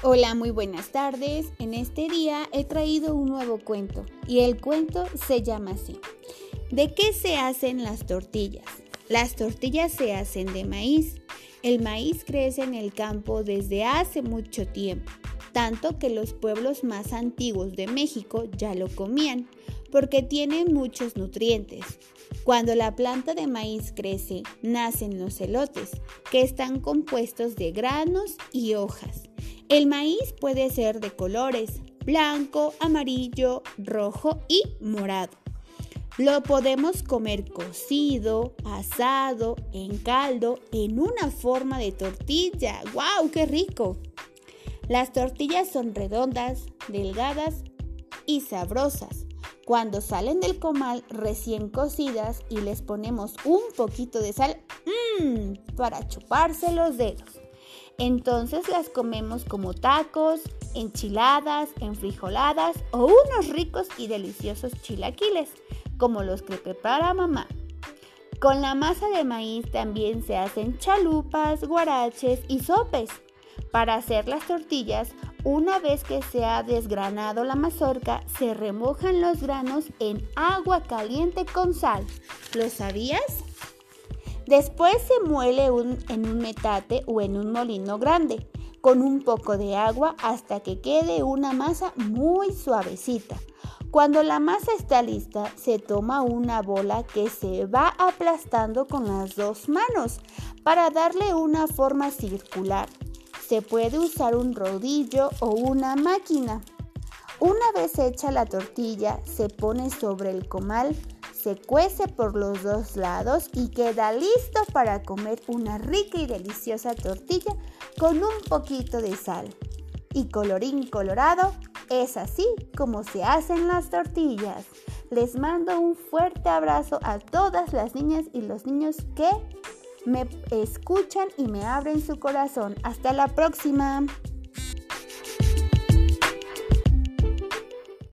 Hola, muy buenas tardes. En este día he traído un nuevo cuento y el cuento se llama así. ¿De qué se hacen las tortillas? Las tortillas se hacen de maíz. El maíz crece en el campo desde hace mucho tiempo, tanto que los pueblos más antiguos de México ya lo comían, porque tiene muchos nutrientes. Cuando la planta de maíz crece, nacen los elotes, que están compuestos de granos y hojas. El maíz puede ser de colores: blanco, amarillo, rojo y morado. Lo podemos comer cocido, asado, en caldo, en una forma de tortilla. ¡Guau, qué rico! Las tortillas son redondas, delgadas y sabrosas. Cuando salen del comal recién cocidas y les ponemos un poquito de sal, para chuparse los dedos. Entonces las comemos como tacos, enchiladas, enfrijoladas o unos ricos y deliciosos chilaquiles, como los que prepara mamá. Con la masa de maíz también se hacen chalupas, guaraches y sopes. Para hacer las tortillas, una vez que se ha desgranado la mazorca, se remojan los granos en agua caliente con sal. ¿Lo sabías? Después se muele en un metate o en un molino grande, con un poco de agua hasta que quede una masa muy suavecita. Cuando la masa está lista, se toma una bola que se va aplastando con las dos manos para darle una forma circular. Se puede usar un rodillo o una máquina. Una vez hecha la tortilla, se pone sobre el comal, se cuece por los dos lados y queda listo para comer una rica y deliciosa tortilla con un poquito de sal. Y colorín colorado, es así como se hacen las tortillas. Les mando un fuerte abrazo a todas las niñas y los niños que me escuchan y me abren su corazón. Hasta la próxima.